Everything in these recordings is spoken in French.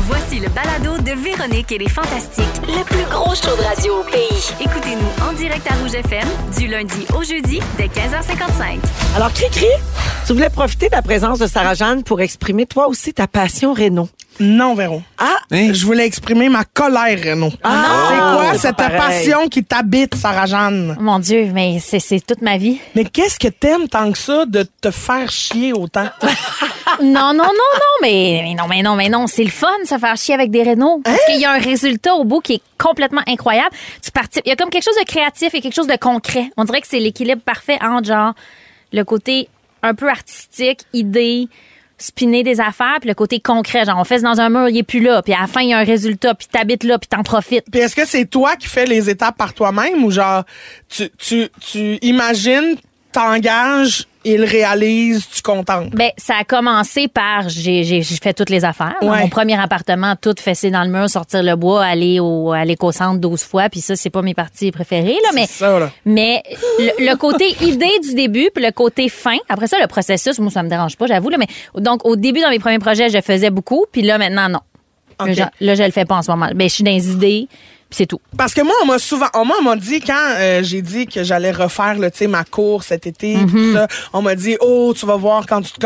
Voici le balado de Véronique et les Fantastiques. Le plus gros show de radio au pays. Écoutez-nous en direct à Rouge FM du lundi au jeudi dès 15h55. Alors, Cricri, tu voulais profiter de la présence de Sarah-Jeanne pour exprimer toi aussi ta passion Renault. Non, Véro. Ah! Hein? Je voulais exprimer ma colère, Renaud. C'est quoi c'est cette pas pareil. passion qui t'habite, Sarah-Jeanne? Mon Dieu, mais c'est toute ma vie. Mais qu'est-ce que t'aimes tant que ça de te faire chier autant? Non, mais non. C'est le fun de se faire chier avec des Renault. Parce qu'il y a un résultat au bout qui est complètement incroyable. Il y a comme quelque chose de créatif et quelque chose de concret. On dirait que c'est l'équilibre parfait entre genre le côté un peu artistique, idée, spinner des affaires, puis le côté concret. Genre, on fait ça dans un mur, il est plus là. Puis à la fin, il y a un résultat, puis t'habites là, puis t'en profites. Puis est-ce que c'est toi qui fais les étapes par toi-même ou genre, tu imagines, t'engages, il réalise, tu contentes? Ben, ça a commencé par j'ai fait toutes les affaires. Dans Ouais. mon premier appartement, tout fessé dans le mur, sortir le bois, aller à l'éco-centre 12 fois, puis ça, c'est pas mes parties préférées, là, mais ça, là. mais le côté idée du début, puis le côté fin. Après ça, le processus, moi, ça me dérange pas, j'avoue, là, mais donc au début, dans mes premiers projets, je faisais beaucoup, puis là, maintenant, non. OK. Là, je le fais pas en ce moment. Ben, je suis dans les idées, puis c'est tout. Parce que moi, on m'a dit quand j'ai dit que j'allais refaire là, tu sais, ma cour cet été, tout ça, on m'a dit tu vas voir quand tu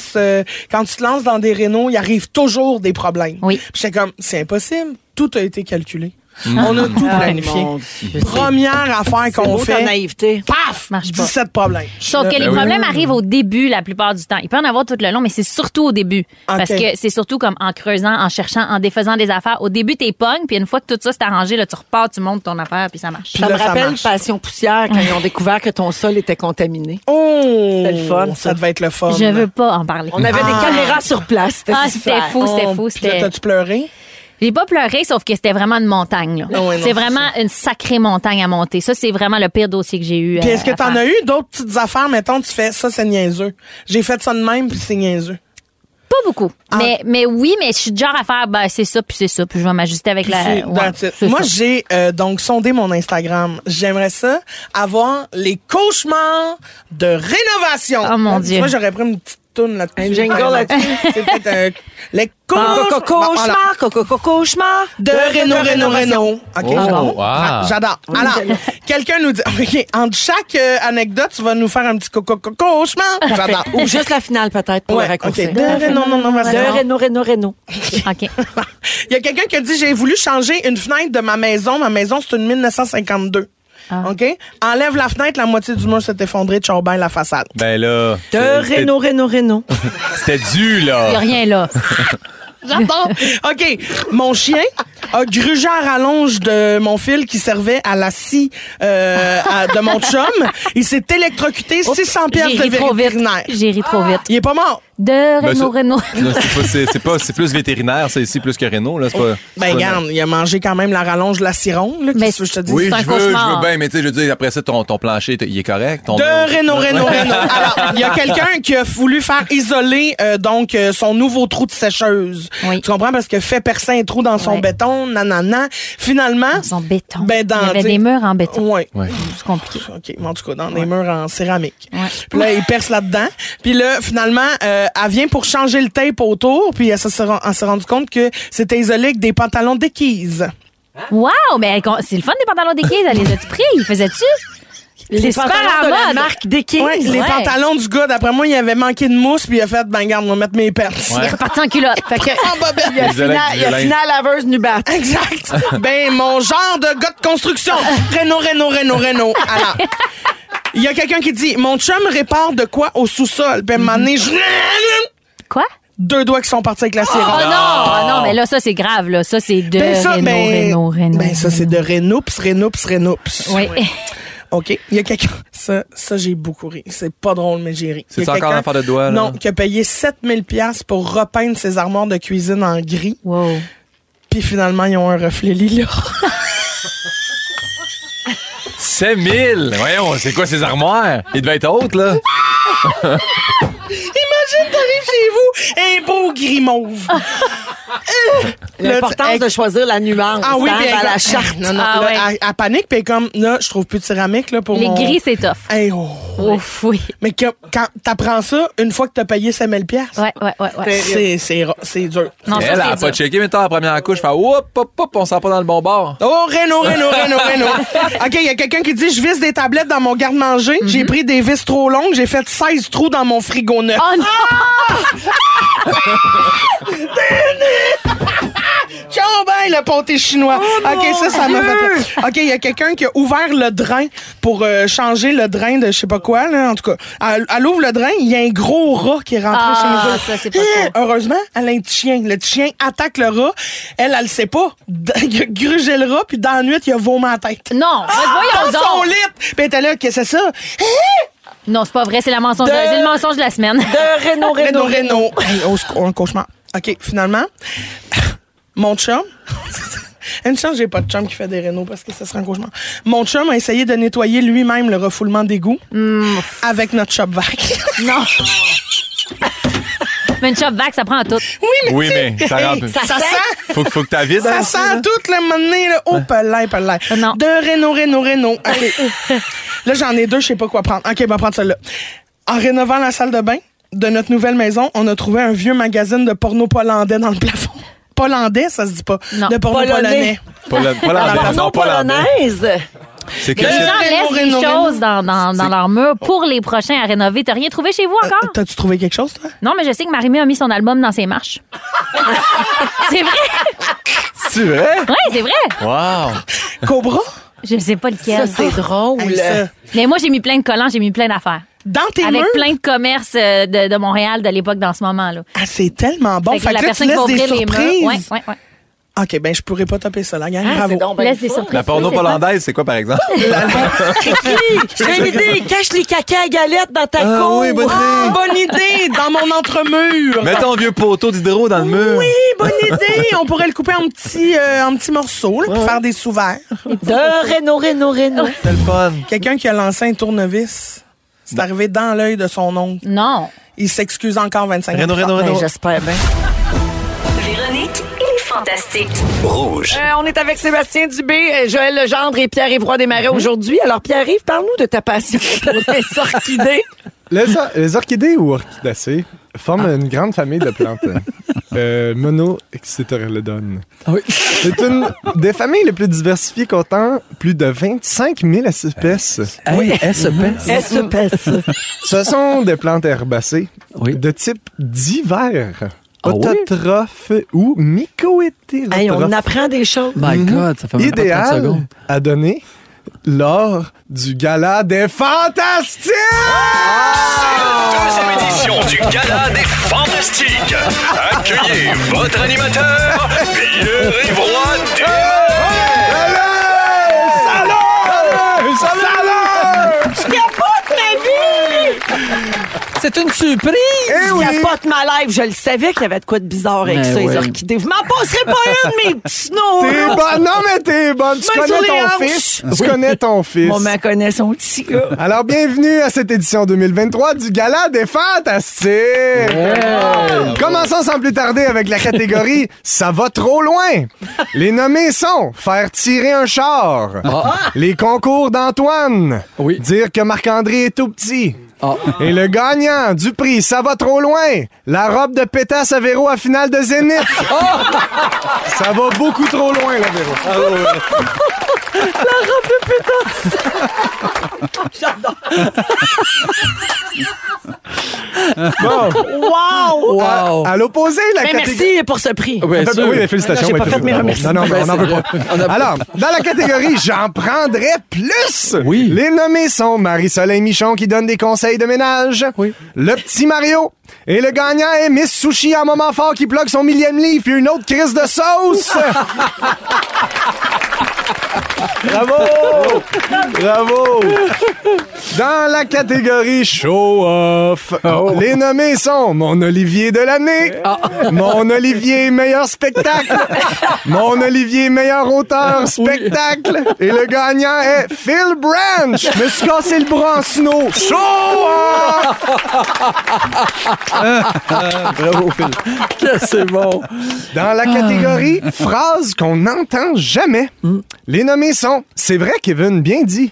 te lances dans des rénaux, il arrive toujours des problèmes. Oui. Puis j'étais comme c'est impossible, tout a été calculé. On a tout planifié. mon Dieu. Première affaire qu'on Ta fait, naïveté. paf, Marche pas. 17 problèmes. Sauf que les problèmes arrivent au début la plupart du temps. Il peut en avoir tout le long, mais c'est surtout au début. OK. Parce que c'est surtout comme en creusant, en cherchant, en défaisant des affaires. Au début, t'es pognes, puis une fois que tout ça s'est arrangé, là, tu repars, tu montes ton affaire, puis ça marche. Puis Ça là, me ça rappelle marche. Passion Poussière quand ils ont découvert que ton sol était contaminé. Oh, C'était le fun, ça ça. devait être le fun. Je veux pas en parler. On avait des caméras sur place. Ah, super. c'était fou, c'était fou. Puis là, C'était... t'as-tu pleuré? J'ai pas pleuré, sauf que c'était vraiment une montagne. Là. Ah ouais, non, c'est c'est vraiment une sacrée montagne à monter. Ça, c'est vraiment le pire dossier que j'ai eu. Puis est-ce que à t'en faire. as eu d'autres petites affaires, mettons, tu fais ça, c'est niaiseux. J'ai fait ça de même, puis c'est niaiseux. Pas beaucoup. Ah. Mais oui, mais je suis du genre à faire, ben, c'est ça, puis je vais m'ajuster avec la... C'est- ouais, that's it. c'est Moi, ça. j'ai donc sondé mon Instagram. J'aimerais ça avoir les cauchemars de rénovation. Oh, mon Tu Dieu. vois, j'aurais pris une petite toune là-dessus. Un jingle là-dessus. C'est peut-être les Cauchemar, cauchemar. de Réno. OK. Oh, wow. J'adore. Alors, quelqu'un nous dit, OK, entre chaque anecdote, tu vas nous faire un petit cauchemar. J'adore. Ou juste la finale, peut-être, pour Ouais, le raccourcir. OK. De Renault. OK. Il y a quelqu'un qui a dit, j'ai voulu changer une fenêtre de ma maison. Ma maison, c'est une 1952. OK? Enlève la fenêtre, la moitié du mur s'est effondré, ciao ben la façade. Ben là. De Renault. C'était dû, Il y a là. rien là. J'adore. OK. Mon chien a grugé à rallonge de mon fil qui servait à la scie de mon chum. Il s'est électrocuté, 600 pièces J'ai de ri trop vite. vétérinaire. J'ai ri trop vite. Il est pas mort. De Ben, Renault. Non, c'est plus vétérinaire, c'est ici plus que Renault, là. C'est pas. c'est Ben, pas- regarde, il a mangé quand même la rallonge de la ciron, là. Mais Qu'est-ce que je te dis? Oui, c'est un je veux cauchemar. bien, mais tu sais, je veux dire, après ça, ton plancher, il est correct. Ton De Renault. Alors, il y a quelqu'un qui a voulu faire isoler donc son nouveau trou de sécheuse. Oui. Tu comprends? Parce que fait percer un trou dans son Ouais. béton, nanana. Finalement... Son béton. Ben, dans, Il y avait t'sais- des murs en béton. Ouais. Ouais. C'est compliqué. OK, mais en tout cas, dans des murs en céramique. Ouais. Puis là, il perce là-dedans. Puis là, finalement, elle vient pour changer le tape autour. Puis elle s'est rendue compte que c'était isolé avec des pantalons d'équise. Wow! Mais c'est le fun des pantalons d'équise. Elle les a-tu pris? Ils faisaient-tu? Les C'est super pantalons à de la mode. marque Dickies. Ouais, les Ouais. pantalons du gars, d'après moi, il avait manqué de mousse. Puis il a fait, ben garde, on va mettre mes pertes. Il est reparti en culotte. Fait que, En bobette. Il y a final laveuse Nubat. Exact. Ben, mon genre de gars de construction. Renault. Alors, il y a quelqu'un qui dit, mon chum répare de quoi au sous-sol. Puis à un moment donné, quoi? 2 doigts qui sont partis avec la Oh sirène. non! Ah non, mais là, ça, c'est grave, là. Ça, c'est de Renault. Ben, ça, c'est de Renault. Oui. OK. Il y a quelqu'un... Ça, j'ai beaucoup ri. C'est pas drôle, mais j'ai ri. C'est Il y a encore quelqu'un- une affaire de doigts, là? Non, qui a payé 7000 $ pour repeindre ses armoires de cuisine en gris. Wow. Puis finalement, ils ont un reflet lilas. 7000! Voyons, c'est quoi ces armoires? Il devait être haute, là. Imagine, t'arrives chez vous Un beau gris mauve. L'importance de choisir la nuance. Ah oui, hein, puis dans elle- la charte. Non, non, Ah là, ouais. elle panique, puis elle est comme, là, je trouve plus de céramique, là, pour Les mon... gris, c'est tough. Hey, oh. Ouf, oui. Mais quand t'apprends ça, une fois que t'as payé 5000 piastres, Ouais. c'est dur. Non, Elle ça, a c'est pas dur. checké, mais la première couche, fait hop, hop, hop, on s'en pas dans le bon bord. Oh, Renaud. OK, il y a quelqu'un qui dit, je visse des tablettes dans mon garde-manger. J'ai pris des vis trop longues. J'ai fait 16 trous dans mon frigo neuf. Oh non! Ciao, ben, le pâté chinois. OK, ça m'a fait... OK, il y a quelqu'un qui a ouvert le drain pour changer le drain de je sais pas quoi, là. En tout cas, elle ouvre le drain, il y a un gros rat qui est rentré chez eux. Ça, c'est pas cool. Heureusement, elle a un petit chien. Le petit chien attaque le rat. Elle le sait pas. Il a grugé le rat, puis dans la nuit, il a vomi à la tête. Non, mais voyons Dans son donc. lit! Puis elle était là, qu'est-ce que c'est ça? Non, c'est pas vrai, c'est le mensonge de la semaine. De Renaud. Hey, au secours, un cauchemar. OK, finalement, mon chum... Une chance, j'ai pas de chum qui fait des rénaux parce que ça serait un cauchemar. Mon chum a essayé de nettoyer lui-même le refoulement d'égout avec notre shop vac. Non. Mais une shop vac, ça prend tout. Oui, mais ça Hey, rentre. ça sent... Faut que t'as vide. Ça sent tout le moment donné, là. Oh, pelin. Non. De Renaud. OK. Là, j'en ai deux, je sais pas quoi prendre. OK, on va prendre celle-là. En rénovant la salle de bain de notre nouvelle maison, on a trouvé un vieux magazine de porno pollandais dans le plafond. Pollandais, ça se dit pas. Non. De porno polonais. Non, polonaise. C'est que Les gens Renaud, laissent des Renaud. choses dans leur mur pour les prochains à rénover. T'as rien trouvé chez vous encore? T'as-tu trouvé quelque chose, toi? Non, mais je sais que Marie-Mé a mis son album dans ses marches. C'est vrai? c'est vrai? Oui, c'est vrai. Wow. Cobra? Je sais pas Ça, lequel. c'est drôle. Hey, ça. Mais moi, j'ai mis plein de collants, j'ai mis plein d'affaires. Dans tes Avec murs? plein de commerces de Montréal de l'époque dans ce moment-là. Ah, c'est tellement bon. Fait que Fait que la là, tu personne qui va laisses des ouvrir les surprises. murs. Ouais. OK, ben, je pourrais pas taper ça, la gang. Ah, Bravo. c'est donc ben Laisse des fun. surprises. La porno C'est fun. hollandaise, c'est quoi, par exemple? J'ai une idée. Cache les caca à galettes dans ta Ah cour. oui, bonne idée. Bonne idée! Dans mon entremur. Mets ton vieux poteau d'hydro dans le mur. Oui, bonne idée. On pourrait le couper en petits morceaux là, pour faire des sous-verts. De Renaud. C'est le fun. Quelqu'un qui a lancé un tournevis, c'est arrivé dans l'œil de son oncle. Non. Il s'excuse encore 25 ans. Renaud. Ben, j'espère bien. Véronique et les Fantastiques. Rouge. On est avec Sébastien Dubé, Joël Legendre et Pierre-Yves Desmarais aujourd'hui. Alors, Pierre-Yves, parle-nous de ta passion pour les orchidées. Les orchidées ou orchidacées forment une grande famille de plantes monoxytorodone. Oui. C'est une des familles les plus diversifiées comptant plus de 25 000 espèces. Oui, SEP. Espèce. Ce sont des plantes herbacées Oui. de type divers, Ah oui? autotrophes ou mycohétérotrophes. Hey, on apprend des choses. My God, ça fait même pas 30 Idéal secondes. à donner lors du gala des Fantastiques! Deuxième édition du Gala des Fantastiques. Accueillez votre animateur, Pierre-Yves Roy Desmarais. C'est une surprise! Eh oui. Capote ma life. Je le savais qu'il y avait de quoi de bizarre avec Mais ça, les oui. orchidées. Vous m'en passerez pas une, mes petits noms! T'es bonne! Non, mais t'es bonne! Tu Main sur connais les ton hanches. fils! Tu connais ton fils! On m'en connaît son petit gars. Alors, bienvenue à cette édition 2023 du Gala des Fantastiques! Commençons sans plus tarder avec la catégorie « Ça va trop loin ». Les nommés sont « Faire tirer un char », les concours d'Antoine, Oui. dire que Marc-André est tout petit, Ah. et le gagnant du prix « Ça va trop loin », la robe de pétasse à Véro à finale de Zénith. Ça va beaucoup trop loin, là, Véro. Bon, Wow! Wow. à l'opposé, la Ben, catégorie... merci pour ce prix. Bien En fait, sûr. oui, mais félicitations. J'ai pas ouais, fait mes bravo. remerciements. Non, on n'en veut pas. On a- Alors, dans la catégorie J'en prendrais plus, Oui. les nommés sont Marie-Soleil Michon qui donne des conseils de ménage, Oui. le petit Mario, et le gagnant est Miss Sushi en moment fort qui bloque son 1000e livre puis une autre crise de sauce. Bravo! Bravo! Dans la catégorie show-off, les nommés sont mon Olivier de l'année, mon Olivier meilleur spectacle, mon Olivier meilleur auteur spectacle, et le gagnant est Phil Branch. Je me suis cassé le bras en snow. Show-off! Bravo, Phil. C'est bon. Dans la catégorie phrase qu'on n'entend jamais, les nommés sont c'est vrai, Kevin, bien dit.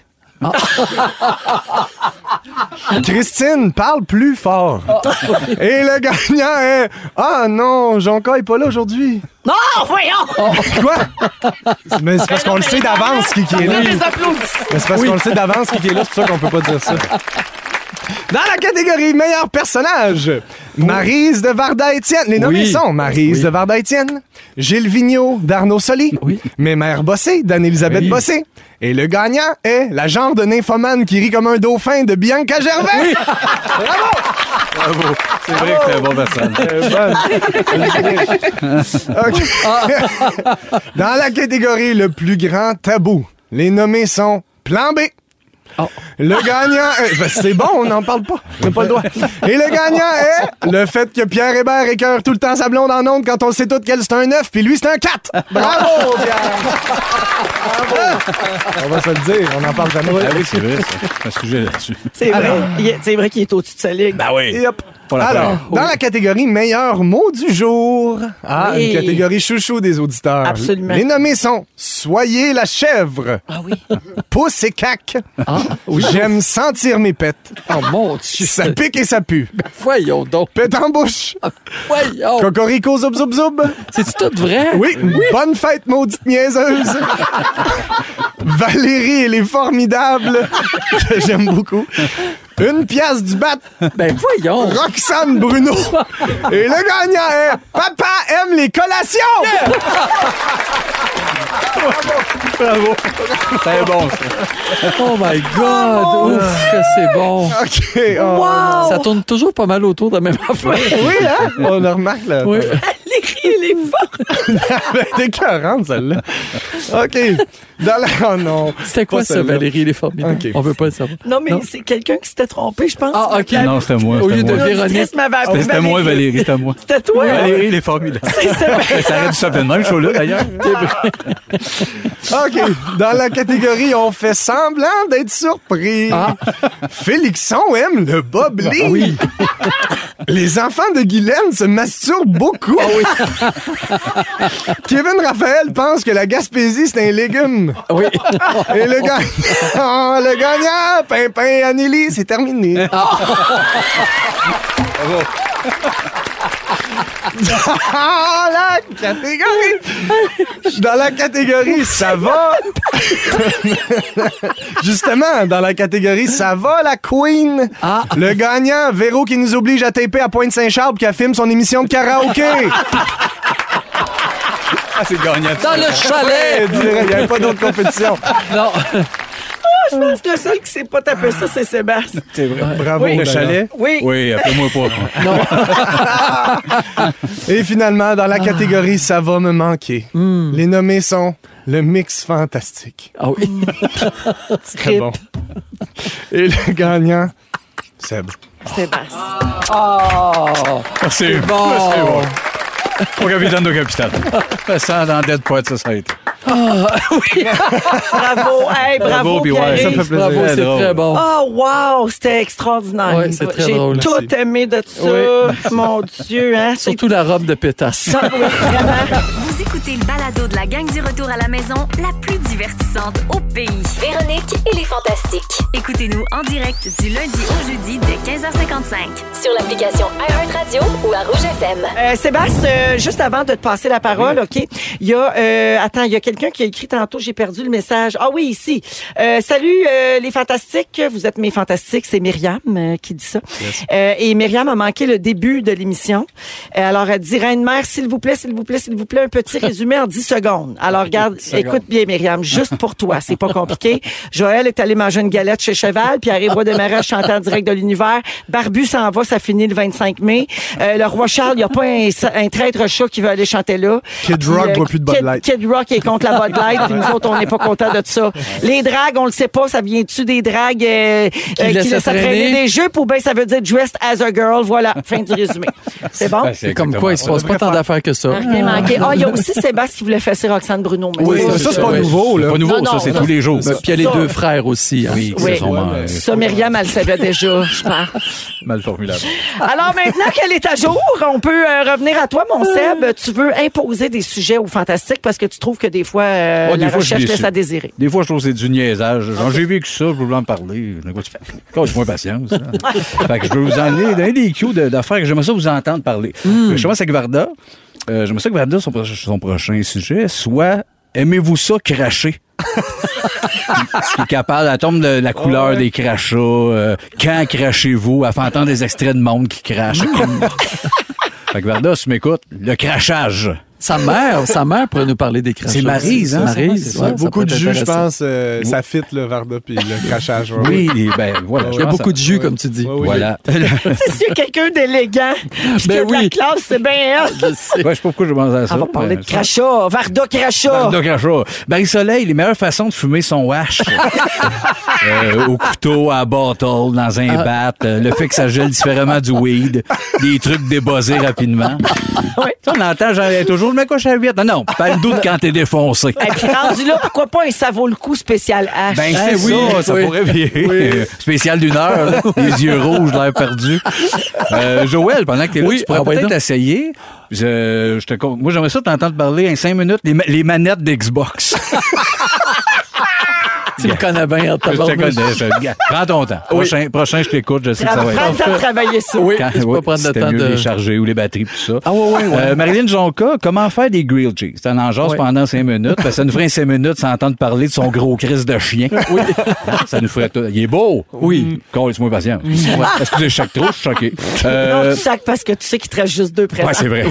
Christine, parle plus fort. Et le gagnant est ah non, Jonca est pas là aujourd'hui. Non, voyons! Quoi? Mais c'est parce qu'on le sait d'avance qui est là. Les applaudissements. Mais c'est parce qu'on le sait d'avance qui est là, c'est pour ça qu'on peut pas dire ça. Dans la catégorie meilleur personnage, Maryse de Varda-Étienne. Les nommés sont Maryse de Varda-Étienne, Gilles Vigneault d'Arnaud Soli, Mémère Bossé d'Anne-Élisabeth Bossé. Et le gagnant est la genre de nymphomane qui rit comme un dauphin de Bianca Gervais. Bravo. C'est vrai que t'es un bon personne. OK. Dans la catégorie le plus grand tabou, les nommés sont Plan B. Le gagnant est... c'est bon, on n'en parle pas. On n'a pas le droit. Et le gagnant est le fait que Pierre Hébert écœure tout le temps sa blonde en ondes quand on sait toutes qu'elle c'est un 9 puis lui c'est un 4. Bravo, Pierre! Bravo! On va se le dire, on n'en parle jamais. Ah oui, c'est vrai, ça. Un sujet là-dessus. C'est vrai. C'est vrai qu'il est au-dessus de sa ligue. Ben oui. Yep. Alors, dans la catégorie meilleur mot du jour, une catégorie chouchou des auditeurs. Absolument. Les nommés sont Soyez la chèvre. Ah oui. Pouce et cac. J'aime sentir mes pets. Oh mon Dieu. Ça pique et ça pue. Voyons donc. Pète en bouche. Voyons. Cocorico zoub zoub zoub. C'est-tu tout vrai? Oui. Bonne fête, maudite niaiseuse. Valérie, elle est formidable. Que j'aime beaucoup. Une pièce du bat. Ben voyons. Roxane Bruno. Et le gagnant est Papa aime les collations. Bravo. C'est bon, ça. Oh my God. Ouf, que c'est bon. OK. Wow! Ça tourne toujours pas mal autour de la même affaire. Oui, hein? On le remarque, là. Oui. Les cris, les forts. Elle est écœurante, celle-là. OK. Dans la... Oh non. C'était quoi Pas ça, celle-là. Valérie? Elle est formidable. OK. On veut pas le savoir. Non, mais c'est quelqu'un qui s'était trompé, je pense. Ah, OK. Non, c'était moi. Au lieu C'était de moi. Véronique. L'auditrice m'avait appelé C'était moi, Valérie. C'était moi. C'était toi? Valérie, il est formidable. Ça aurait dû s'appeler de même, ce show-là, d'ailleurs. OK. Dans la catégorie, on fait semblant d'être surpris. Félixon aime le bobli. Oui. Les enfants de Guylaine se masturbent beaucoup. Kevin Raphaël pense que la Gaspésie, c'est un légume. Oui. Et le gagnant, Pimpin Anneli, c'est terminé. Dans la catégorie, ça va. Justement, dans la catégorie, ça va, la Queen. Le gagnant, Véro qui nous oblige à taper à Pointe-Saint-Charles qui filme son émission de karaoké. C'est gagnant. Dans le chalet. Il n'y avait pas d'autre compétition. Non. Je pense que le seul qui sait pas taper ça, c'est Sébastien. C'est vrai. Bravo. Oui. Le chalet? Oui. Oui, appelez-moi pas. Et finalement, dans la catégorie, ça va me manquer. Les nommés sont le mix fantastique. Ah oui. Très bon. Et le gagnant, Seb. Sébastien. C'est bon. C'est bon. Au capitaine de Capital. Ça, dans Dead Poet Society. Bravo. Hey, bravo, puis Pierre. Ça me fait plaisir. Bravo, c'est drôle. très bon. Oh, wow, c'était extraordinaire. Ouais, c'est très J'ai drôle. tout Merci. aimé de ça. Oui. Mon Dieu, hein. Surtout la robe de pétasse. Ça, oui, vraiment. Vous écoutez le balado de la gang du retour à la maison, la plus divertissante au pays. Véronique et les Fantastiques. Écoutez-nous en direct du lundi au jeudi dès 15h55 sur l'application iHeartRadio ou à Rouge FM. Sébastien, juste avant de te passer la parole, OK? Il y a, il y a quelqu'un qui a écrit tantôt, j'ai perdu le message. Ah oui, ici. Salut les Fantastiques. Vous êtes mes Fantastiques. C'est Myriam qui dit ça. Yes. Et Myriam a manqué le début de l'émission. Alors, elle dit, Reine-Mère, s'il vous plaît, un petit résumer en 10 secondes. Alors, regarde, écoute bien, Myriam, juste pour toi, c'est pas compliqué. Joël est allé manger une galette chez Cheval, Pierre-Yves Roy Desmarais chante en direct de l'univers. Barbu s'en va, ça finit le 25 mai. Le roi Charles, il n'y a pas un traître chat qui veut aller chanter là. Kid Rock boit plus de Bud Light. Kid Rock est contre la Bud Light, puis nous autres, on n'est pas contents de ça. Les dragues, on le sait pas, ça vient-tu des dragues qui laissent traîner des jupes ou bien ça veut dire dressed as a girl. Voilà, fin du résumé. C'est bon? Ben, c'est Comme quoi, il se passe pas tant d'affaires que ça. Rien manqué. Ah, il y a aussi Sébastien qui voulait fesser Roxane Bruno. Mais Oui, ça, c'est pas nouveau, là. C'est pas nouveau, Non, ça, c'est non, tous les jours. Puis il y a les deux frères aussi. Hein. Oui, Oui. c'est sûrement Ça, Myriam, elle le savait déjà, je pense. mal formulable. Alors maintenant qu'elle est à jour, on peut revenir à toi, mon Seb. Tu veux imposer des sujets au fantastique parce que tu trouves que des fois, des la fois, je suis recherche laisse déçu. à désirer. Des fois, je trouve que c'est du niaisage. Genre, j'ai vécu ça, je voulais en parler. Casse-moi patience. Hein. Fait que je veux vous en donner des cues d'affaires que j'aimerais ça vous entendre parler. Je commence avec Varda. J'aimerais ça que Varda, son prochain sujet, soit aimez-vous ça cracher? Qui est capable, elle tombe de la couleur des crachats. Quand crachez-vous? Elle fait entendre des extraits de monde qui crachent. Fait que Varda, si tu m'écoutes, le crachage. Sa mère pourrait nous parler des crachats. C'est Maryse, hein? Maryse, ouais, ça Beaucoup peut de être jus, je intéressant. pense, ça fit, le Varda, puis le crachage. Oui, ben voilà. Il y a beaucoup de jus, comme tu dis. Ouais, oui. Voilà. C'est s'il y a quelqu'un d'élégant puis Ben qui a de la oui. classe, c'est bien elle. Je sais. Ouais, je sais pas pourquoi je pense à ça. On va parler de mais- crachat. Varda crachat. Varda crachat. Marie-Soleil, les meilleures façons de fumer son hache. Au couteau, à bottle, dans un bat. Le fait que ça gèle différemment du weed. Des trucs débossés rapidement. Ouais. Ça, on entend, genre, toujours le mec coche à 8. Non, pas le doute quand t'es défoncé. Et puis rendu là, pourquoi pas un ça vaut le coup spécial H? Ben, c'est oui, ça oui. pourrait bien. Spécial d'une heure, là. Les yeux rouges, l'air perdu. Joël, pendant que t'es là, Oui, tu pourrais ouais, peut-être donc. essayer. Moi, j'aimerais ça t'entendre parler en 5 minutes les manettes d'Xbox. Tu me connais bien, Je te connais. Prends ton temps. Prochain, je t'écoute. Je sais que ça va Prends le être. temps de travailler ça. Oui, Quand, je peux prendre le c'était temps mieux de... les charger ou les batteries tout ça. Ah ouais. Marilyn Jonca, comment faire des grilled cheese? C'est un enjase Ouais. pendant 5 minutes. Parce que ça nous ferait 5 minutes sans entendre parler de son gros crise de chien. Oui. Ça nous ferait tout. Il est beau. Oui. Laisse-moi patience. Excusez, je choque trop, je suis choqué. Non, tu sacs parce que tu sais qu'il te reste juste 2 présents. Ouais, c'est vrai.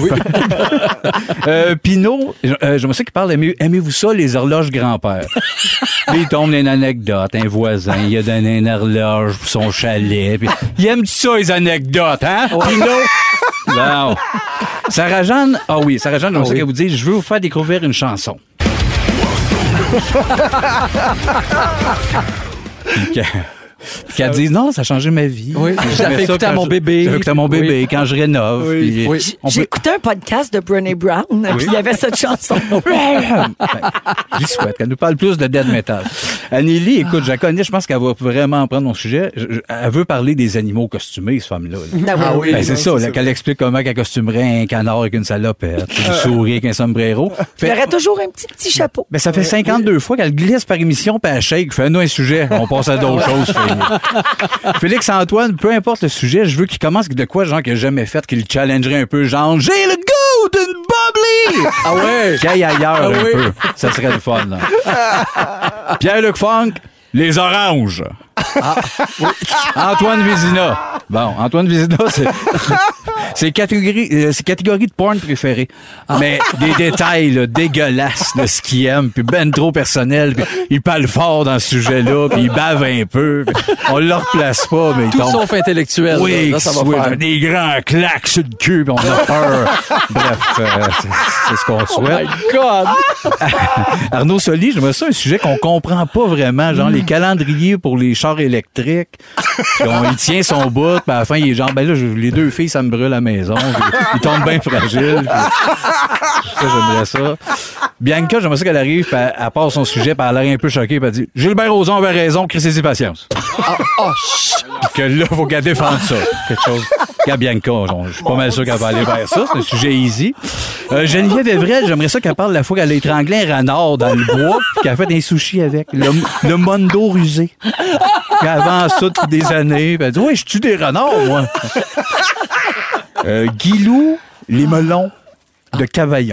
Pinot, j'aimerais ça qu'il parle aimez-vous ça, les horloges grand-père? Là, il tombe dans une anecdote. Un voisin, il a donné une horloge pour son chalet. Puis, il aime ça, les anecdotes, hein? Pinot? Non. Sarah-Jeanne, j'aimerais ça qu'elle vous dise, je veux vous faire découvrir une chanson. Puis qu'elle dise, non, ça a changé ma vie. Oui, je la fais écouter à mon bébé. Je fais écouter à mon bébé Oui. quand je rénove. Oui. Puis, Oui. on J'ai peut- écouté un podcast de Brené Brown, puis il y avait cette chanson. J'y souhaite qu'elle nous parle plus de death metal. Anneli, écoute, je la connais, je pense qu'elle va vraiment prendre mon sujet. Elle veut parler des animaux costumés, cette femme-là. là. Ah oui. Ben, c'est ça, là, qu'elle explique comment qu'elle costumerait un canard avec une salopette, une souris avec un sombrero. Il y aurait toujours un petit chapeau. Ben, ça fait 52 fois qu'elle glisse par émission puis elle shake. Fais-nous un sujet. On passe à d'autres choses. Félix-Antoine, peu importe le sujet, je veux qu'il commence avec de quoi, genre, qu'il n'a jamais fait, qu'il challengerait un peu, genre, j'ai le goût d'une bubbly! Ah ouais. Qu'il aille ailleurs Ah un oui. peu. Ça serait le fun, là. Pierre-Luc Funk, les oranges. Antoine Vézina. Bon, Antoine Vézina, c'est catégorie de porn préférée. Mais des détails là, dégueulasses de ce qu'il aime, puis ben trop personnel, puis il parle fort dans ce sujet-là, puis il bave un peu. Puis on le replace pas, mais il Tout tombe. sauf intellectuel. Oui, là, ça va oui, faire. des grands claques sur le cul, puis on a peur. Bref, c'est ce qu'on Oh souhaite. my God! Arnaud Soli, j'aimerais ça un sujet qu'on comprend pas vraiment, genre les calendriers pour les chars électriques. Puis il tient son bout, puis à la fin, il est genre, ben là, les 2 filles, ça me brûle à la maison. Il tombe bien fragile. Ça, j'aimerais ça. Bianca, j'aimerais ça qu'elle arrive, puis elle part son sujet, puis elle a l'air un peu choquée, puis elle dit, Gilbert Rozon avait raison, crissez-y patience. Puis que là, faut qu'elle défende ça. Quelque chose. Qu'à Bianca, je suis pas mal sûr qu'elle va aller vers ça. C'est un sujet easy. Geneviève Evrel, j'aimerais ça qu'elle parle de la fois qu'elle a étranglé un renard dans le bois puis qu'elle a fait des sushis avec. Le mondo rusé. Puis elle avance ça depuis des années. Puis elle dit, ouais, je tue des renards, moi. Guilou, les melons de Cavaillon.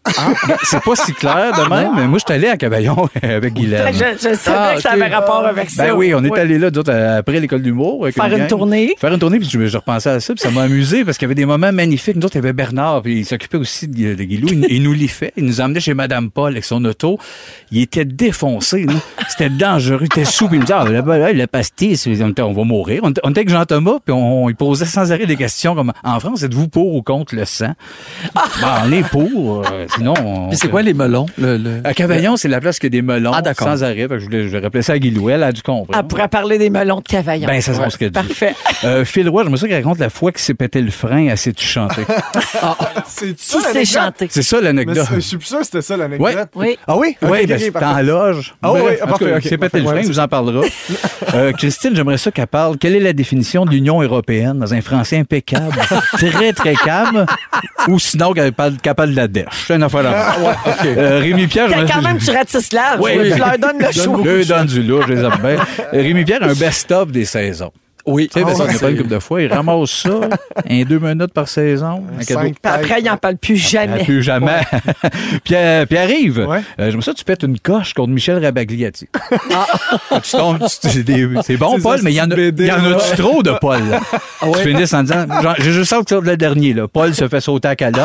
C'est pas si clair de même, mais moi, je suis allé à Cavaillon avec Guylaine. Je savais que ça avait rapport avec ça. Ben oui, on est allé là, d'autres, après l'école d'humour. Avec Faire une gang. tournée. Faire une tournée, puis je repensais à ça, puis ça m'a amusé parce qu'il y avait des moments magnifiques. Nous autres, il y avait Bernard, puis il s'occupait aussi de Guilou. Il nous liffait. Il nous emmenait chez Madame Paul avec son auto. Il était défoncé, là. C'était dangereux. Il était sous, puis il me disait, là, le pastis, on va mourir. On était avec Jean-Thomas, puis il posait sans arrêt des questions comme, en France, êtes-vous pour ou contre le sang? Ben, on est pour. Sinon, Puis c'est quoi les melons? À Cavaillon, c'est la place qui a des melons d'accord. sans arrêt. Fait que je vais rappeler ça à Guilou. Elle a dû comprendre. Elle pourrait parler des melons de Cavaillon. Ben, ça serait ce qu'elle dit. Parfait. Phil Roy, j'aimerais ça qu'il raconte la fois qu'il s'est pété le frein à sais-tu chanter. C'est Qui s'est chanté? C'est ça l'anecdote. Je suis plus sûr que c'était ça l'anecdote. Oui. Ah oui? Oui, Ok, ben, ok, c'est parfait. en loge. Ah oui, Bref, ah, en tout cas, parfait, il s'est ok, pété le frein, parfait. il nous en parlera. Christine, j'aimerais ça qu'elle parle. Quelle est la définition de l'Union européenne dans un français impeccable, très, très calme, ou sinon qu'elle parle capable de la dèche? C'est une affaire là. Rémi Pierre, Quand même, tu ratisses large. Oui. Tu leur donnes le show. le donne du lot, je les aime bien. Rémi Pierre a un best-of des saisons. Oui. Tu sais, parce qu'on n'a pas une couple de fois. Il ramasse ça, 2 minutes par saison. Un cadeau. 5 Puis après, il n'en parle plus jamais. Plus jamais. Puis arrive. Ouais. J'aimerais ça, tu pètes une coche contre Michel Rabagliati. Tu tombes, c'est bon, C'est Paul, ça, mais il y en c'est BD, a-tu trop de Paul? Tu finisses en disant, genre, j'ai juste hâte que le dernier, là. Paul se fait sauter à calotte.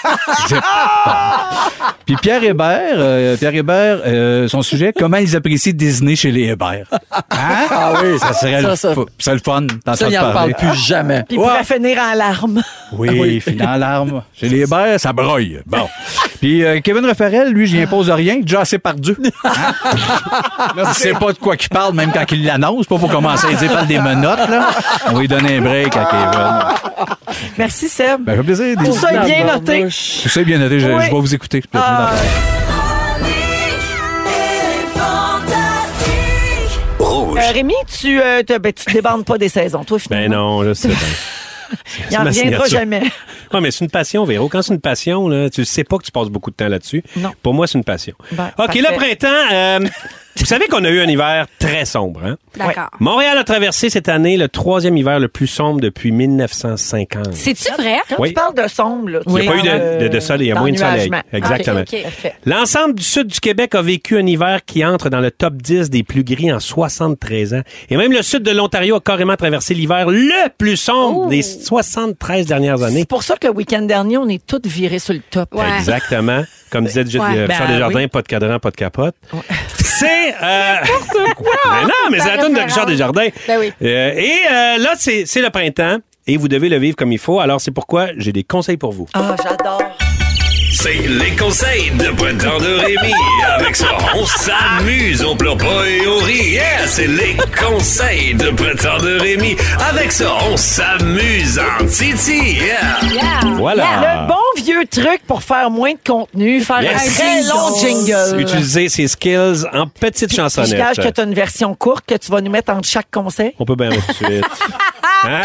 Puis Pierre Hébert, son sujet, comment ils apprécient Disney chez les Hébert. Hein? Ah oui, ça serait c'est le fun. Ça, il n'en parle plus jamais. Puis il pourrait finir en larmes. Oui, finit en larmes. Chez les Hébert, ça broye. Bon. Puis Kevin Raffarel, lui, j'y impose rien, déjà assez perdu. Hein? Il sait pas de quoi qu'il parle, même quand il l'annonce. Pas pour commencer à dire parle des menottes, là. On va lui donner un break à Kevin. Merci, Seb. Ben, ça fait plaisir. Tout ça est bien noté. Tout ça est bien noté. Je Oui. vais vous écouter. Rouge. Rémi, tu te débandes pas des saisons, toi, finalement. Ben non, là, c'est bien. Il n'en ma reviendra signature. jamais. Oui, mais c'est une passion, Véro. Quand c'est une passion, là, tu sais pas que tu passes beaucoup de temps là-dessus. Non. Pour moi, c'est une passion. Ben, OK, parfait. le printemps, vous savez qu'on a eu un hiver très sombre, hein? D'accord. Montréal a traversé cette année le 3e hiver le plus sombre depuis 1950. C'est-tu vrai? Quand Oui. tu parles de sombre, là, Il n'y a pas eu parles, de soleil, il y a moins de soleil. d'ennuagement. Exactement. OK, OK. Parfait. L'ensemble du sud du Québec a vécu un hiver qui entre dans le top 10 des plus gris en 73 ans. Et même le sud de l'Ontario a carrément traversé l'hiver le plus sombre des 73 dernières années. C'est pour ça que le week-end dernier, on est tous virés sur le top. Ouais. Exactement. Comme disait Ouais. Richard Desjardins, oui. pas de cadran, pas de capote. C'est... Mais non, mais c'est la toune de Richard Desjardins. Ben oui. Là, c'est le printemps et vous devez le vivre comme il faut. Alors, c'est pourquoi j'ai des conseils pour vous. Ah, j'adore. C'est les conseils de printemps de Rémi. Avec ça, on s'amuse, on pleure pas et on rit. Yeah, c'est les conseils de printemps de Rémi. Avec ça, on s'amuse en titi. Yeah. Voilà. Le bon vieux truc pour faire moins de contenu, faire Yes. un très long jingle. Utiliser ses skills en petites Je gage chansonnettes. que tu as une version courte que tu vas nous mettre entre chaque conseil. On peut bien mettre tout de suite. Hein?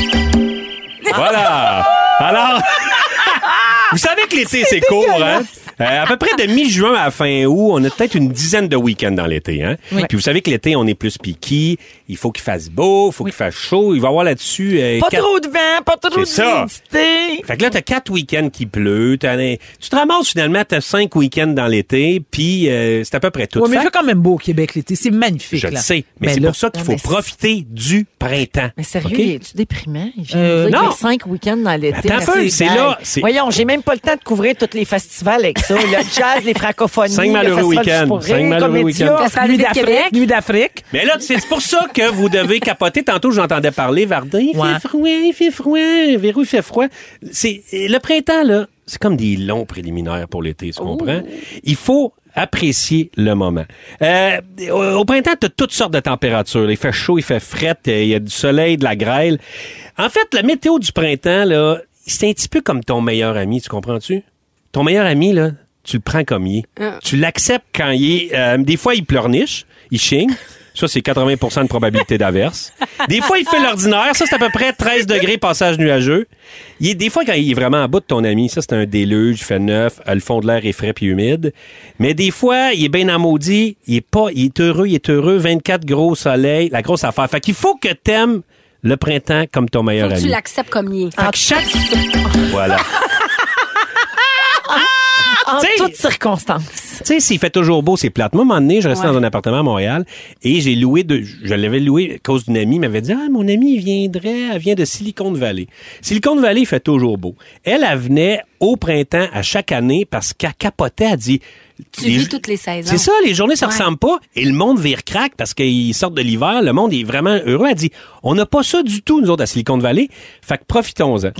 Voilà. Alors, vous savez que l'été, c'est court, hein? À peu près de mi-juin à fin août, on a peut-être une dizaine de week-ends dans l'été. Hein? Oui. Puis vous savez que l'été, on est plus piqué. Il faut qu'il fasse beau, il faut qu'il fasse chaud. Il va y avoir là-dessus... Pas trop de vent, pas trop C'est ça. d'humidité. Fait que là, t'as 4 week-ends qui pleut. Tu te ramasses finalement, t'as 5 week-ends dans l'été, puis c'est à peu près tout. Ouais, mais il Fait fait quand même beau au Québec l'été. C'est magnifique. je le là. sais, mais Ben c'est là- pour ça qu'il Non, faut mais c'est- profiter du printemps. Mais sérieux, OK? es-tu déprimant? Il vient de dire non. que 5 week-ends dans l'été. Attends un peu, Merci, c'est bye. là, c'est- Voyons, j'ai même pas le temps de couvrir tous les festivals avec ça. Le jazz, les francophonies, 5 malheureux le festival week-ends. du Pour 5 rire, malheureux Comédia. week-ends. Festival Nuit de d'Afrique. Québec. Nuit d'Afrique. Mais là, c'est pour ça que vous devez capoter. Tantôt, j'entendais parler, Vardin, il fait froid, Vérou, il fait froid. Le printemps, là, c'est comme des longs préliminaires pour l'été, tu comprends? Il faut apprécier le moment. Au printemps, tu as toutes sortes de températures. Il fait chaud, il fait fret, il y a du soleil, de la grêle. En fait, la météo du printemps, là, c'est un petit peu comme ton meilleur ami, tu comprends-tu? Ton meilleur ami, là, tu le prends comme il est. Tu l'acceptes quand il est... des fois, il pleurniche, il chigne. Ça, c'est 80% de probabilité d'averse. Des fois, il fait l'ordinaire. Ça, c'est à peu près 13 degrés, passage nuageux. Des fois, quand il est vraiment en bout de ton ami, ça, c'est un déluge, il fait neuf, le fond de l'air est frais puis humide. Mais des fois, il est bien en maudit, il est heureux, 24 gros soleil, la grosse affaire. Fait qu'il faut que t'aimes le printemps comme ton meilleur Faut que ami. tu l'acceptes comme il est. Fait que chaque... Voilà. En T'sais, toutes circonstances. Tu sais, s'il fait toujours beau, c'est plate. Moi, à un moment donné, je restais dans un appartement à Montréal et je l'avais loué à cause d'une amie. Elle m'avait dit, mon amie, elle vient de Silicon Valley. Silicon Valley, il fait toujours beau. Elle venait au printemps à chaque année parce qu'elle capotait, elle dit... Tu vis toutes les saisons. C'est ça, les journées, ça ressemble pas. Et le monde vire crack parce qu'ils sortent de l'hiver. Le monde est vraiment heureux. Elle dit, on n'a pas ça du tout, nous autres, à Silicon Valley. Fait que profitons-en.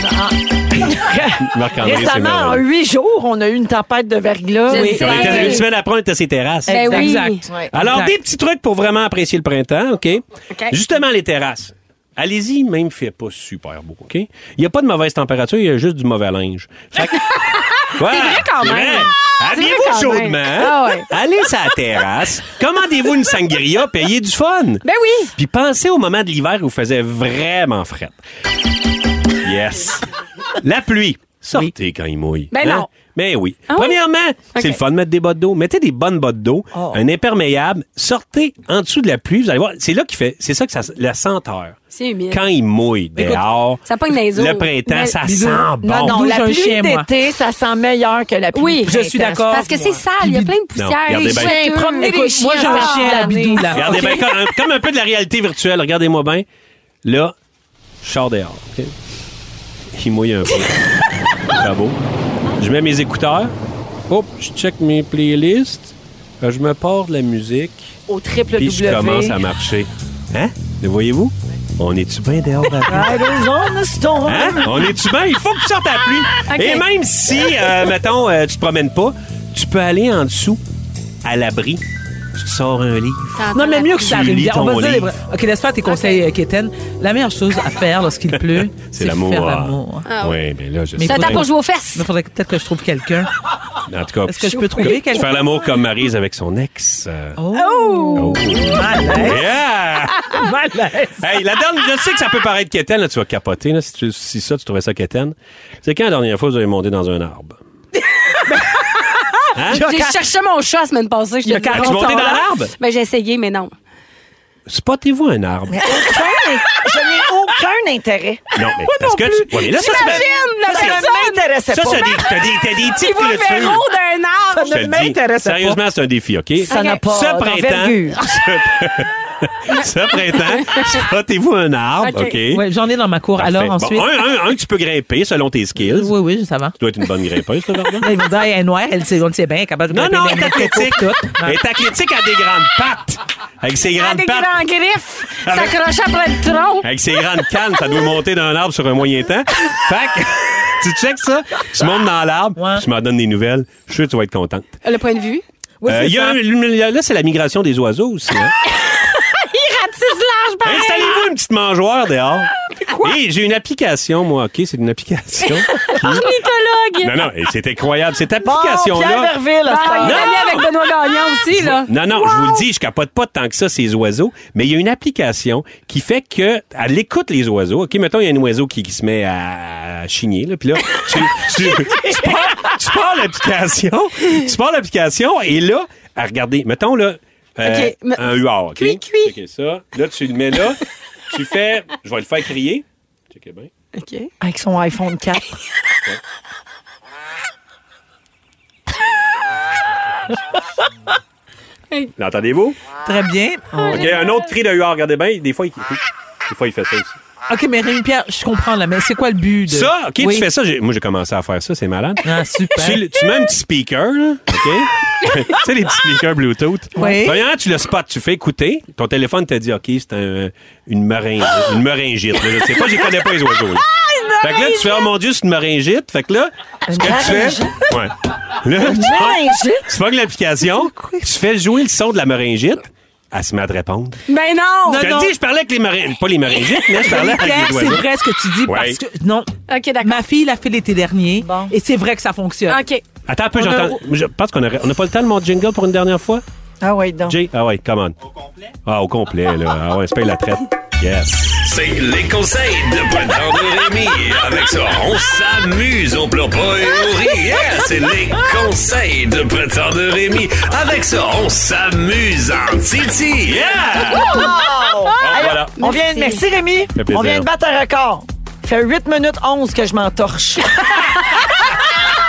Récemment, en 8 jours, on a eu une tempête de verglas. Une semaine après, on était à ses terrasses. Exact. Alors, des petits trucs pour vraiment apprécier le printemps, OK? Justement, les terrasses. Allez-y, même fait pas super beau, OK? Il n'y a pas de mauvaise température, il y a juste du mauvais linge. Fait que, c'est vrai quand même. Habillez-vous chaudement. Allez sur la terrasse. Commandez-vous une sangria, payez du fun. Ben oui. Puis pensez au moment de l'hiver où il faisait vraiment fret. Yes. La pluie. Sortez quand il mouille. Ben non. Mais oui. Premièrement, c'est le fun de mettre des bottes d'eau. Mettez des bonnes bottes d'eau, un imperméable. Sortez en dessous de la pluie. Vous allez voir, c'est là qu'il fait. C'est ça que la senteur. C'est humide. Quand il mouille dehors, ça pogne les os. le printemps, ça sent bon. Non, la pluie d'été, ça sent meilleur que la pluie. Oui, je suis d'accord. Parce que c'est sale, il y a plein de poussière. Les chiens, moi, j'ai un chien à bidou, là. Regardez bien, comme un peu de la réalité virtuelle. Regardez-moi bien. Là, je sors dehors. Okay? Il mouille un peu. C'est beau. Je mets mes écouteurs. Hop, je check mes playlists. Je me pars de la musique. Au triple Puis je commence à marcher. Hein? Le voyez-vous? On est-tu bien dehors à la pluie? Hein? On est-tu bien? Il faut que tu sortes à la pluie. Okay. Et même si, mettons, tu te promènes pas, tu peux aller en dessous, à l'abri. Tu te sors un livre. Non, mais mieux que ça arrive. On va dire OK, laisse faire tes conseils, Kéten. La meilleure chose à faire lorsqu'il pleut, c'est l'amour. Faire l'amour. Oui, mais là, je sais. C'est temps pour jouer aux fesses. Il faudrait peut-être que je trouve quelqu'un. En tout cas, est-ce que je peux trouver quelqu'un? Faire l'amour comme Maryse avec son ex. Malaise. Yeah! Malaise. Hey, la dernière, je sais que ça peut paraître quétaine, là, tu vas capoter, là, si tu trouvais ça quétaine. C'est quand la dernière fois vous avez monté dans un arbre? Hein? J'ai cherché mon chat la semaine passée. Tu monté dans l'arbre? Ben, j'ai essayé, mais non. Spottez-vous un arbre. Je n'ai aucun intérêt. Non, mais parce que tu... mais là, ça ne m'intéressait pas. Ça, t'as des titres clôtures. Tu vois le verrou d'un arbre. Ça ne m'intéressait pas. Sérieusement, c'est un défi, OK? Ça n'a pas d'envergure. Ce printemps, spottez-vous un arbre, OK? Oui, j'en ai dans ma cour. Parfait. Alors, ensuite... Bon, un que tu peux grimper selon tes skills. Oui, ça va. Tu dois être une bonne grimpeuse, toi, Varda. Il va dire, elle est noire, on le sait bien, capable de grimper. Non, elle est athlétique. Elle est athlétique à des grandes pattes. Avec ses grandes pattes. Des grands griffes. S'accroche après le tronc. Avec ses grandes cannes, ça doit monter d'un arbre sur un moyen temps. Fait que, tu checkes ça, tu montes dans l'arbre, tu m'en donnes des nouvelles. Je suis sûr que tu vas être contente. Le point de vue? Oui, là, c'est la migration des oiseaux aussi. Hein? Installez-vous une petite mangeoire dehors. Et j'ai une application, moi, OK? C'est une application. Ornithologue! Non, c'est incroyable. Cette application-là. Pierre Verville, il est ami avec Benoît Gagnon aussi, là. Non, je vous le dis, je capote pas tant que ça, ces oiseaux. Mais il y a une application qui fait que, elle écoute les oiseaux. OK? Mettons, il y a un oiseau qui se met à chigner, là. Puis là, tu pars l'application. Tu pars l'application et là, regardez, mettons, là, un huard, OK? Cuit. OK, ça. Là, tu le mets là. Tu fais... Je vais le faire crier. Checkez bien. OK. Avec son iPhone 4. L'entendez-vous? Très bien. OK, un autre cri de huard. Regardez bien. Des fois, il fait ça aussi. OK, mais Rémi-Pierre, je comprends, là, mais c'est quoi le but de... Ça, OK, tu fais ça. Moi, j'ai commencé à faire ça. C'est malade. Ah, super. Tu mets un petit speaker, là, OK? Tu sais, les petits speakers Bluetooth. Oui. Premièrement, tu le spots, tu fais écouter. Ton téléphone t'a dit, OK, c'est une meringite. Là. Je sais pas, je connais pas les oiseaux. Là. Fait que là, tu fais, oh mon Dieu, c'est une meringite. Fait que là, ce que tu fais... Ouais. Là, tu pognes l'application, tu fais jouer le son de la meringite. Elle se met à te répondre. Ben non! Je te dis, je parlais avec les meringite. Pas les meringites, mais je parlais avec les oiseaux. C'est vrai ce que tu dis, parce que... Non. OK, d'accord. Ma fille l'a fait l'été dernier, et c'est vrai que ça fonctionne. OK. Attends un peu, j'entends... Je pense qu'on n'a pas le temps de mon jingle pour une dernière fois? Ah oui, donc. Jay? Ah oui, come on. Au complet? Ah, au complet, là. Ah ouais, se paye la traite. Yes. C'est les conseils de Printemps de Rémi. Avec ça, on s'amuse, on pleure pas et on rit. Yeah, c'est les conseils de Printemps de Rémi. Avec ça, on s'amuse en titi. Yeah! Wow! Voilà. Merci Rémi. On vient de battre un record. Ça fait 8 minutes 11 que je m'entorche.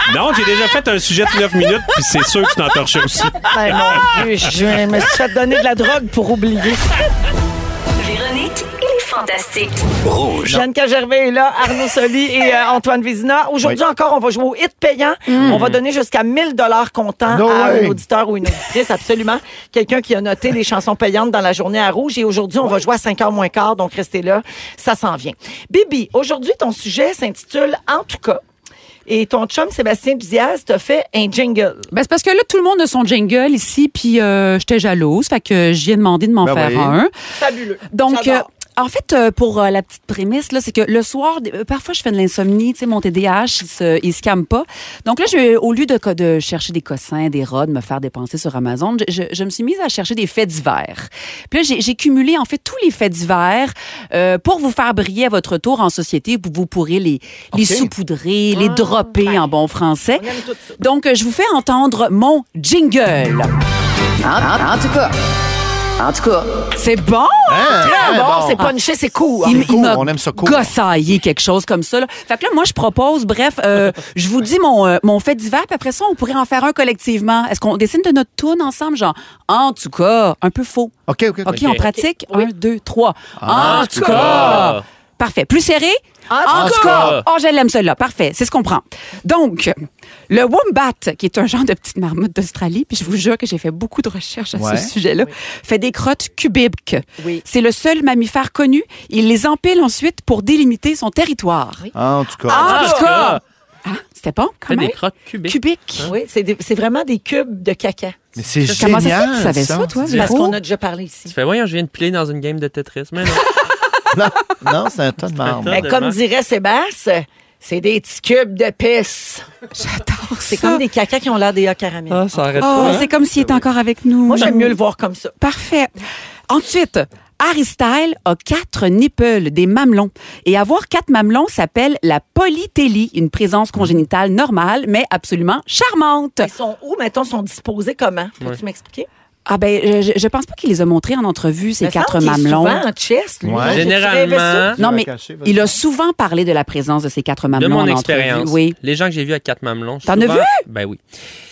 Non, j'ai déjà fait un sujet de 9 minutes, puis c'est sûr que tu t'en torchais aussi. Ben, mon Dieu, je me suis fait donner de la drogue pour oublier. Véronique et les Fantastiques. Rouge. Jeanne Cagervais est là, Arnaud Soli et Antoine Vézina. Aujourd'hui encore, on va jouer au hit payant. On va donner jusqu'à 1 000 $ comptant à un auditeur ou une auditrice, absolument. Quelqu'un qui a noté les chansons payantes dans la journée à Rouge. Et aujourd'hui, on va jouer à 5h moins quart, donc restez là, ça s'en vient. Bibi, aujourd'hui, ton sujet s'intitule « En tout cas ». Et ton chum, Sébastien Diaz, t'a fait un jingle. Ben, c'est parce que là, tout le monde a son jingle ici, puis j'étais jalouse. Fait que j'y ai demandé de m'en faire un. Fabuleux. Donc, J'adore. en fait, pour la petite prémisse, là, c'est que le soir, parfois, je fais de l'insomnie. Tu sais, mon TDAH, il se calme pas. Donc là, au lieu de chercher des cossins, des rods, me faire dépenser sur Amazon, je me suis mise à chercher des faits divers. Puis là, j'ai cumulé, en fait, tous les faits divers pour vous faire briller à votre tour en société. Vous pourrez les saupoudrer, les dropper en bon français. On aime tout ça. Donc, je vous fais entendre mon jingle. En tout cas, c'est bon! Très bon, c'est punché, c'est cool. Il m'a on aime ça cool. gossaillé quelque chose comme ça. Là. Fait que là, moi, je propose, bref, je vous dis mon fait divers, puis après ça, on pourrait en faire un collectivement. Est-ce qu'on dessine de notre tourne ensemble, genre, en tout cas, un peu faux? OK, OK, on pratique? Oui. 1, 2, 3. En tout cas! Parfait. Plus serré? En tout cas! Oh, je l'aime celle-là. Parfait. C'est ce qu'on prend. Donc, le wombat, qui est un genre de petite marmotte d'Australie, puis je vous jure que j'ai fait beaucoup de recherches à ce sujet-là, fait des crottes cubiques. Oui. C'est le seul mammifère connu. Il les empile ensuite pour délimiter son territoire. Oui. En tout cas. En tout cas! Ah, c'était bon, quand Fait même? des crottes cubiques. Cubiques. Oui, c'est vraiment des cubes de caca. Mais c'est Comment ça se fait que génial. tu savais ça, toi? Parce Véro? qu'on a déjà parlé ici. Tu fais, voyons, je viens de piler dans une game de Tetris. Mais non. Non, c'est un tas de marde. Mais comme dirait Sébastien, c'est des petits cubes de pisse. J'adore C'est ça. comme des caca qui ont l'air des caramel. Ah, ça arrête Oh, pas. c'est comme s'il était encore avec nous. Moi, j'aime mieux le voir comme ça. Parfait. Ensuite, Harry Styles a 4 nipples, des mamelons. Et avoir 4 mamelons s'appelle la polytélie, une présence congénitale normale, mais absolument charmante. Ils sont où, mettons, sont disposés comment? Peux-tu m'expliquer? Ah ben, je pense pas qu'il les a montrés en entrevue, ces Me semble 4 qu'il est mamelons. souvent en chest, lui. Ouais. J'ai-tu rêvé ça? Généralement, Non, mais Caché, vas-y. il a souvent parlé de la présence de ces 4 de mamelons mon en expérience, entrevue. Oui. les gens que j'ai vus à 4 mamelons. T'en as souvent- vu? Ben oui.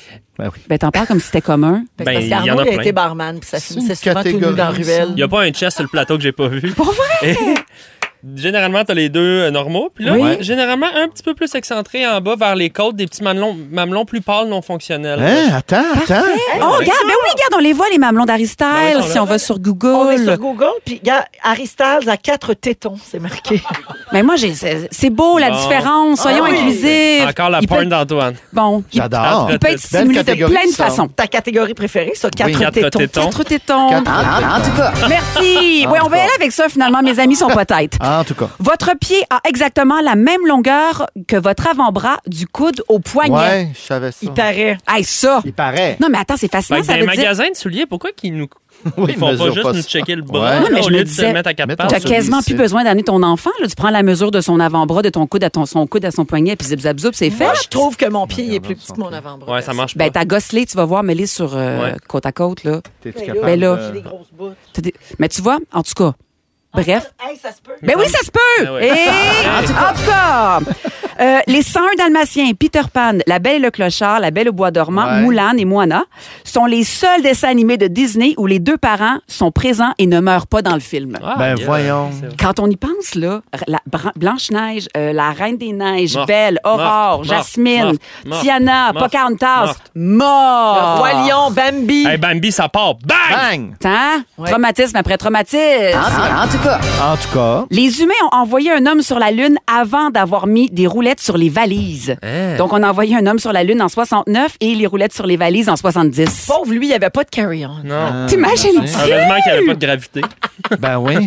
Ben, t'en parles comme si c'était commun. Parce Ben, il y en qu'Arnaud, a il a plein. été barman, puis ça finissait une souvent tout nu dans la catégorie, ruelle. Il n'y a pas un chest sur le plateau que j'ai pas vu. Pour vrai? Généralement, t'as les deux normaux. Puis là, Oui. généralement, un petit peu plus excentré en bas vers les côtes, des petits mamelons plus pâles non fonctionnels. Hein? Attends. Oh, regarde, ben oui, regarde, on les voit, les mamelons d'Harry Styles, Ben oui, si on va sur Google. On est sur Google, puis regarde, Harry Styles a 4 tétons, c'est marqué. Mais moi, c'est beau, la Bon. différence. Soyons Ah oui. inclusifs. Encore la Il peut- porn d'Antoine. Bon, J'adore. il peut être Belle stimulé de catégorie, plein de ça. façons. Ta catégorie préférée, ça, 4 4 tétons. tétons. 4 tétons. En tout cas. Merci. Oui, on va y aller avec ça, finalement. Mes amis sont pas têtes. En tout cas. Votre pied a exactement la même longueur que votre avant-bras du coude au poignet. Ouais, je savais ça. Il paraît. Hey, ça. Il paraît. Non, mais attends, c'est fascinant. Fait que Ça dans les veut dire... magasins de souliers, pourquoi qu'ils nous Oui, ils font pas mesure juste pas nous ça. checker le bras Ouais. Non, mais au je lieu me de se disais, mettre à quatre mettons pattes? T'as sur quasiment des plus sites. besoin d'amener ton enfant. Là. Tu prends la mesure de son avant-bras, de ton coude à son coude à son poignet, puis zip, zap, zoup, c'est fait. Moi, je trouve que mon pied il est plus petit que mon avant-bras. Ouais, ça marche pas. Ben, ta gosselée, tu vas voir, mets-les sur côte à côte, là. T'es-tu Ben capable Ben là. J'ai de- des grosses bouts. Mais tu vois, en tout cas, bref. Hey, ça se peut. Ben oui, ça se peut! Ben oui. En tout cas, les 101 Dalmatiens, Peter Pan, La Belle et le Clochard, La Belle au Bois dormant, Ouais. Moulin et Moana sont les seuls dessins animés de Disney où les 2 parents sont présents et ne meurent pas dans le film. Ah, Ben, yeah, voyons. c'est vrai. Quand on y pense, là, la Blanche-Neige, la Reine des Neiges, Morte. Belle, Aurore, Morte. Jasmine, Morte. Morte. Tiana, Morte. Pocahontas, Morte. mort. Le Roi Lion, Bambi. Hey, Bambi, ça part. Bang! Bang! Hein? Ouais. Traumatisme après traumatisme. En tout cas. Les humains ont envoyé un homme sur la Lune avant d'avoir mis des roulettes sur les valises. Hein? Donc, on a envoyé un homme sur la Lune en 69 et les roulettes sur les valises en 70. Pauvre lui, il n'y avait pas de carry-on. Non. T'imagines-tu? Heureusement qu'il n'y avait pas de gravité. Ben oui.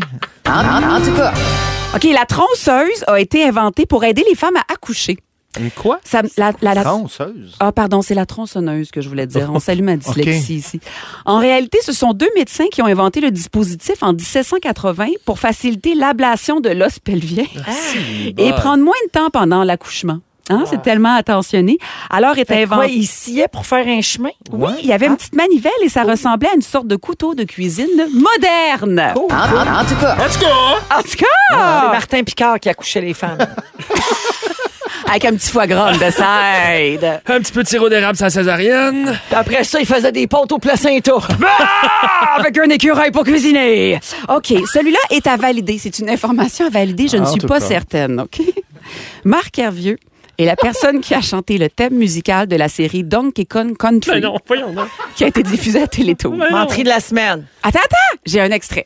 OK, la tronçeuse a été inventée pour aider les femmes à accoucher. Une quoi? Ça, la- Tronçeuse. Ah, pardon, c'est la tronçonneuse que je voulais dire. On salue ma dyslexie OK. ici. En réalité, ce sont 2 médecins qui ont inventé le dispositif en 1780 pour faciliter l'ablation de l'os pelvien et prendre moins de temps pendant l'accouchement. Hein, c'est tellement attentionné. Alors est Fait que quoi, inventé. il sciait pour faire un chemin? Oui, il y avait une petite manivelle et ça ressemblait à une sorte de couteau de cuisine moderne. Cool. En tout cas. C'est Martin Picard qui accouchait les femmes. Avec un petit foie gras de side. Un petit peu de sirop d'érable sur la césarienne. Puis après ça, il faisait des pâtes au placenta. Avec un écureuil pour cuisiner. OK, celui-là est à valider. C'est une information à valider. Je ne suis pas certaine, OK? Marc Hervieux est la personne qui a chanté le thème musical de la série Donkey Kong Country. Mais non, voyons donc. Qui a été diffusée à Télétoon. Menterie de la semaine. Attends, j'ai un extrait.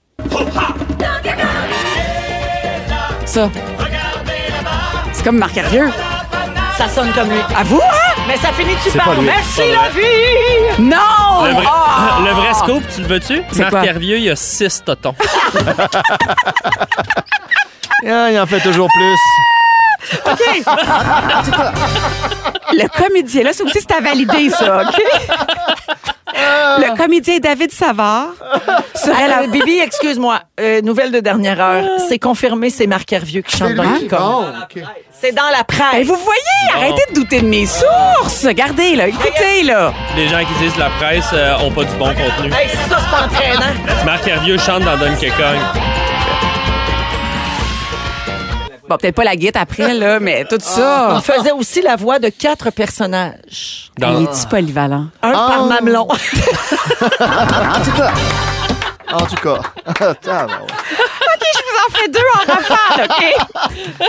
Ça. C'est comme Marc Hervieux. Ça sonne comme lui. À vous, hein? Mais ça finit-tu C'est par pas lui. merci la vie? Non! Le vrai scoop, tu le veux-tu? C'est Marc quoi? Hervieux, il y a 6 totons. Ah, il en fait toujours plus. OK. Le comédien, là, ça aussi, c'est à valider, ça, OK? Le comédien David Savard serait la... Bibi, excuse-moi. Nouvelle de dernière heure. C'est confirmé, c'est Marc Hervieux qui chante Donkey Kong. Bon, OK. C'est dans la presse. Ben, vous voyez, arrêtez de douter de mes sources. Regardez, là, écoutez, là. Les gens qui disent la presse ont pas du bon contenu. Hey, c'est ça, c'est pas entraînant. Marc Hervieux chante dans Donkey Kong. Bon, peut-être pas la guitare après, là, mais tout Il ça. faisait aussi la voix de 4 personnages. Il est-tu polyvalent? Un par mamelon. En tout cas. Attends, bon. OK, je vous en fais 2 en rafale, OK?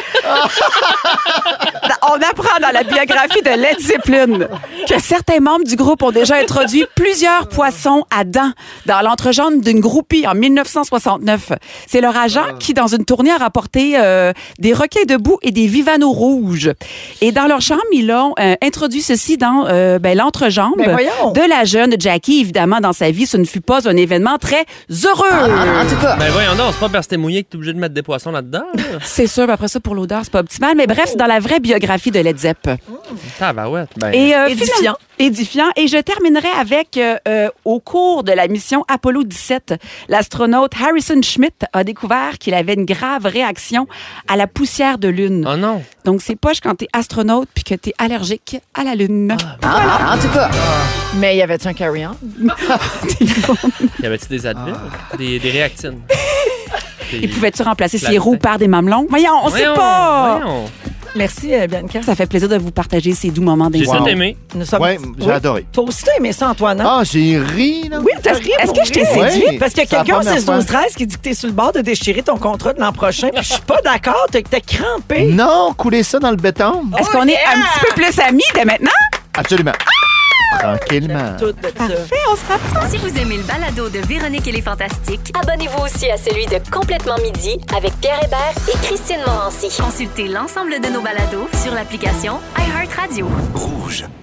On apprend dans la biographie de Led Zeppelin que certains membres du groupe ont déjà introduit plusieurs poissons à dents dans l'entrejambe d'une groupie en 1969. C'est leur agent qui, dans une tournée, a rapporté des requins de boue et des vivanos rouges. Et dans leur chambre, ils ont introduit ceci dans l'entrejambe Ben voyons. de la jeune Jackie. Évidemment, dans sa vie, ce ne fut pas un événement très heureux. En tout cas. Ben voyons donc, c'est pas parce que t'es mouillé que t'es obligé de mettre des poissons là-dedans. là. C'est sûr, mais après ça, pour l'odeur, c'est pas optimal. Mais bref, c'est dans la vraie biographie de Led Zepp. Tabarouette. Ben, Et, Édifiant. finalement- édifiant. Et je terminerai avec, au cours de la mission Apollo 17, l'astronaute Harrison Schmitt a découvert qu'il avait une grave réaction à la poussière de Lune. Oh non. Donc, c'est poche quand t'es astronaute puis que t'es allergique à la Lune. en tout cas. Mais y avait-tu un carry-on? Y avait-tu des Advil? Des réactines? Et pouvais-tu remplacer ses Plastique. roues par des mamelons? Voyons, on sait Voyons, pas! voyons. Merci, Bianca. Ça fait plaisir de vous partager ces doux moments J'ai d'instant. tout aimé. Nous sommes... Ouais, j'ai adoré. Toi aussi, t'as aimé ça, Antoine? Hein? Ah, j'ai ri, là. Oui, t'as ri. Est-ce que je t'ai vrai? séduit? Oui. Parce qu'il y a C'est la quelqu'un au première 16-12-13 qui dit que t'es sur le bord de déchirer ton contrat de l'an prochain. Puis je suis pas d'accord, t'es crampé. Non, couler ça dans le béton. Est-ce qu'on est un petit peu plus amis dès maintenant? Absolument. Tranquillement. Tout de ça. Parfait, on se rapproche. Si vous aimez le balado de Véronique et les Fantastiques, abonnez-vous aussi à celui de Complètement Midi avec Pierre Hébert et Christine Morancy. Consultez l'ensemble de nos balados sur l'application iHeartRadio. Rouge.